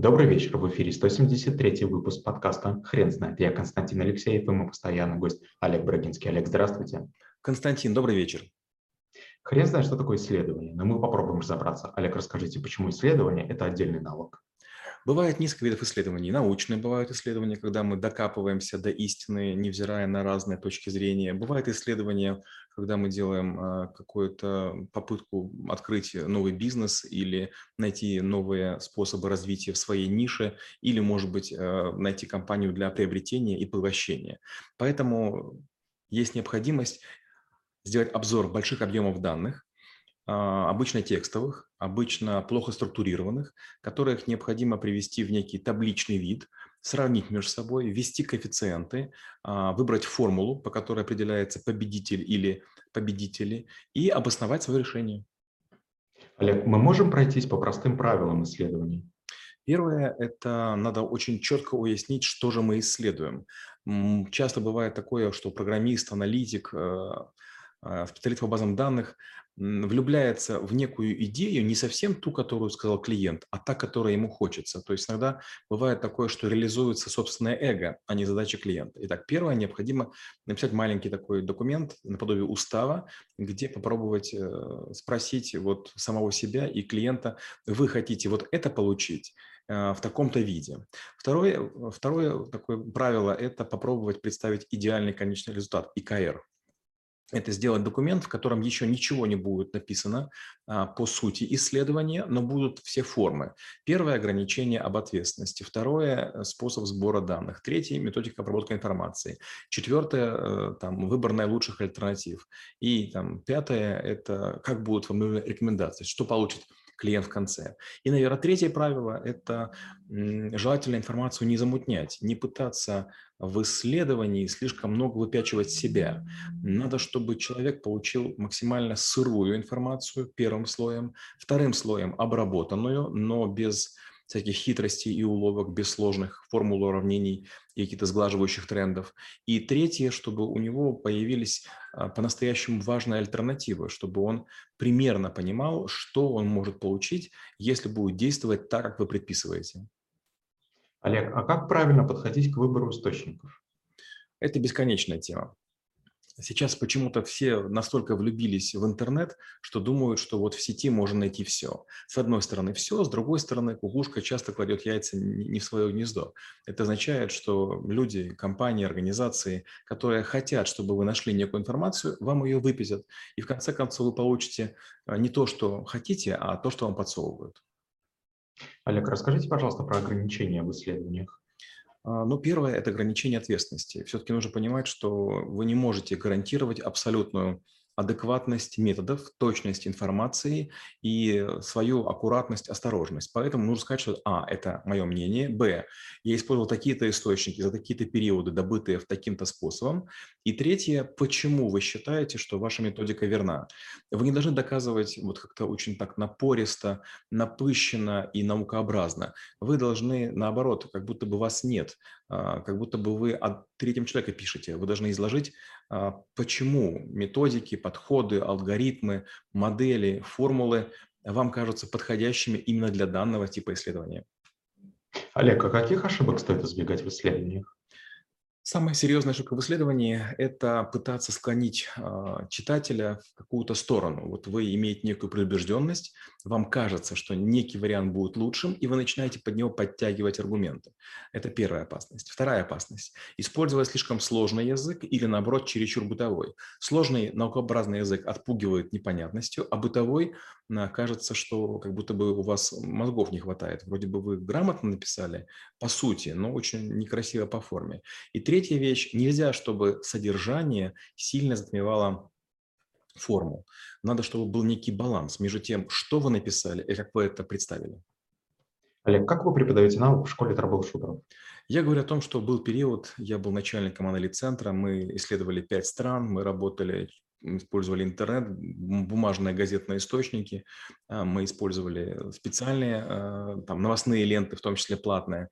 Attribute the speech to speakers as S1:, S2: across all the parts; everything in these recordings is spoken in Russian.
S1: Добрый вечер, в эфире 173 выпуск подкаста «Хрен знает». Я Константин Алексеев и мой постоянный гость Олег Брагинский. Олег, здравствуйте.
S2: Константин, добрый вечер.
S1: Хрен знает, что такое исследование, но мы попробуем разобраться. Олег, расскажите, почему исследование – это отдельный навык?
S2: Бывает несколько видов исследований. Научные бывают исследования, когда мы докапываемся до истины, невзирая на разные точки зрения. Бывают исследования, когда мы делаем какую-то попытку открыть новый бизнес или найти новые способы развития в своей нише, или, может быть, найти компанию для приобретения и поглощения. Поэтому есть необходимость сделать обзор больших объемов данных, обычно текстовых, обычно плохо структурированных, которых необходимо привести в некий табличный вид, сравнить между собой, ввести коэффициенты, выбрать формулу, по которой определяется победитель или победители, и обосновать свое решение.
S1: Олег, мы можем пройтись по простым правилам исследований?
S2: Первое – это надо очень четко уяснить, что же мы исследуем. Часто бывает такое, что программист, аналитик, специалист по базам данных влюбляется в некую идею, не совсем ту, которую сказал клиент, а та, которая ему хочется. То есть иногда бывает такое, что реализуется собственное эго, а не задача клиента. Итак, первое, необходимо написать маленький такой документ наподобие устава, где попробовать спросить вот самого себя и клиента: вы хотите вот это получить в таком-то виде. Второе такое правило – это попробовать представить идеальный конечный результат, ИКР. Это сделать документ, в котором еще ничего не будет написано по сути исследования, но будут все формы. Первое – ограничение об ответственности. Второе – способ сбора данных. Третье – методика обработки информации. Четвертое – выбор наилучших альтернатив. И пятое – это как будут формулированы рекомендации, что получит клиент в конце. И, наверное, третье правило – это желательно информацию не замутнять, не пытаться в исследовании слишком много выпячивать себя. Надо, чтобы человек получил максимально сырую информацию первым слоем, вторым слоем обработанную, но без всяких хитростей и уловок, без сложных формул, уравнений и каких-то сглаживающих трендов. И третье, чтобы у него появились по-настоящему важные альтернативы, чтобы он примерно понимал, что он может получить, если будет действовать так, как вы предписываете.
S1: Олег, а как правильно подходить к выбору источников?
S2: Это бесконечная тема. Сейчас почему-то все настолько влюбились в интернет, что думают, что вот в сети можно найти все. С одной стороны все, с другой стороны кукушка часто кладет яйца не в свое гнездо. Это означает, что люди, компании, организации, которые хотят, чтобы вы нашли некую информацию, вам ее выписят. И в конце концов вы получите не то, что хотите, а то, что вам подсовывают.
S1: Олег, расскажите, пожалуйста, про ограничения в исследованиях.
S2: Ну, первое – это ограничение ответственности. Все-таки нужно понимать, что вы не можете гарантировать абсолютную адекватность методов, точность информации и свою аккуратность, осторожность. Поэтому нужно сказать, что это мое мнение, я использовал такие-то источники за такие-то периоды, добытые таким-то способом. И третье, почему вы считаете, что ваша методика верна. Вы не должны доказывать вот как-то очень так напористо, напыщенно и наукообразно. Вы должны, наоборот, как будто бы вас нет, как будто бы вы о третьем человеке пишете. Вы должны изложить, почему методики, подходы, алгоритмы, модели, формулы вам кажутся подходящими именно для данного типа исследования.
S1: Олег, а каких ошибок стоит избегать в исследованиях?
S2: Самая серьезная ошибка в исследовании – это пытаться склонить читателя в какую-то сторону. Вот вы имеете некую предубежденность, вам кажется, что некий вариант будет лучшим, и вы начинаете под него подтягивать аргументы. Это первая опасность. Вторая опасность – использовать слишком сложный язык или, наоборот, чересчур бытовой. Сложный наукообразный язык отпугивает непонятностью, а бытовой кажется, что как будто бы у вас мозгов не хватает. Вроде бы вы грамотно написали по сути, но очень некрасиво по форме. И третья вещь – нельзя, чтобы содержание сильно затмевало форму. Надо, чтобы был некий баланс между тем, что вы написали и как вы это представили.
S1: Олег, как вы преподаете науку в школе трэбл-шутеров?
S2: Я говорю о том, что был период, я был начальником анализ-центра, мы исследовали 5 стран, мы работали, использовали интернет, бумажные газетные источники, мы использовали специальные новостные ленты, в том числе платные,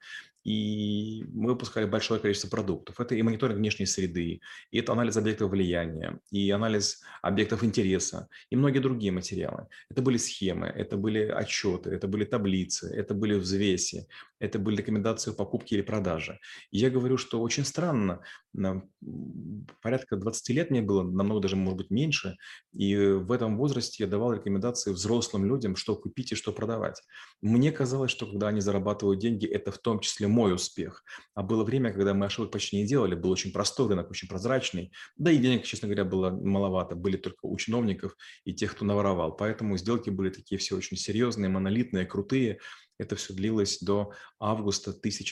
S2: и мы выпускали большое количество продуктов. Это и мониторинг внешней среды, и это анализ объектов влияния, и анализ объектов интереса, и многие другие материалы. Это были схемы, это были отчеты, это были таблицы, это были взвеси, это были рекомендации о покупке или продаже. И я говорю, что очень странно, порядка 20 лет мне было, намного даже, может быть, меньше, и в этом возрасте я давал рекомендации взрослым людям, что купить и что продавать. Мне казалось, что когда они зарабатывают деньги, это в том числе мой успех. А было время, когда мы ошибок почти не делали, был очень простой рынок, очень прозрачный, да и денег, честно говоря, было маловато, были только у чиновников и тех, кто наворовал. Поэтому сделки были такие все очень серьезные, монолитные, крутые. Это все длилось до августа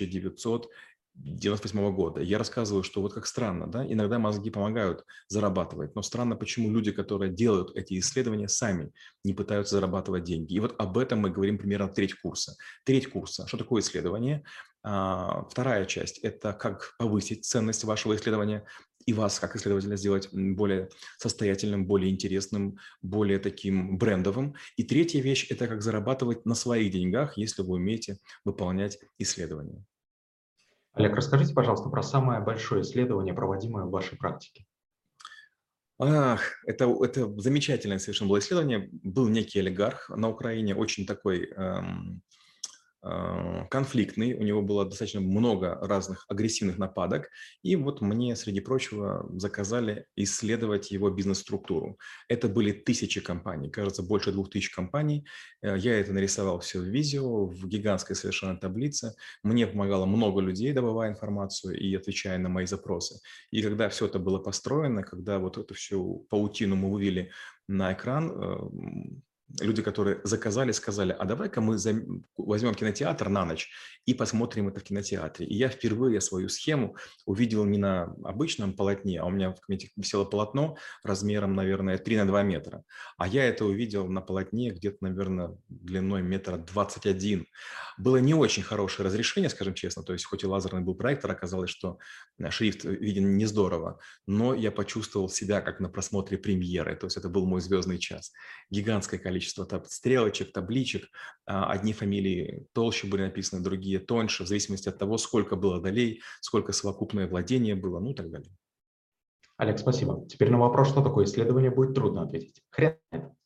S2: 1998 года. Я рассказываю, что вот как странно, да, иногда мозги помогают зарабатывать, но странно, почему люди, которые делают эти исследования, сами не пытаются зарабатывать деньги. И вот об этом мы говорим примерно треть курса. Треть курса. Что такое исследование? Вторая часть – это как повысить ценность вашего исследования и вас, как исследователя, сделать более состоятельным, более интересным, более таким брендовым. И третья вещь – это как зарабатывать на своих деньгах, если вы умеете выполнять исследования.
S1: Олег, расскажите, пожалуйста, про самое большое исследование, проводимое в вашей практике.
S2: Это замечательное совершенно было исследование. Был некий олигарх на Украине, очень такой конфликтный, у него было достаточно много разных агрессивных нападок, и вот мне, среди прочего, заказали исследовать его бизнес-структуру. Это были тысячи компаний, кажется, больше 2000 компаний. Я это нарисовал все в видео, в гигантской совершенно таблице. Мне помогало много людей, добывая информацию и отвечая на мои запросы. И когда все это было построено, когда вот эту всю паутину мы вывели на экран, люди, которые заказали, сказали, а давай-ка мы возьмем кинотеатр на ночь и посмотрим это в кинотеатре. И я впервые свою схему увидел не на обычном полотне, а у меня в кабинете висело полотно размером, наверное, 3 на 2 метра. А я это увидел на полотне где-то, наверное, длиной метра 21. Было не очень хорошее разрешение, скажем честно, то есть хоть и лазерный был проектор, оказалось, что шрифт виден не здорово, но я почувствовал себя как на просмотре премьеры, то есть это был мой звездный час. Гигантское количество стрелочек, табличек. Одни фамилии толще были написаны, другие тоньше, в зависимости от того, сколько было долей, сколько совокупное владение было, ну и так далее.
S1: Олег, спасибо. Теперь на вопрос, что такое исследование, будет трудно ответить. Хрен знает.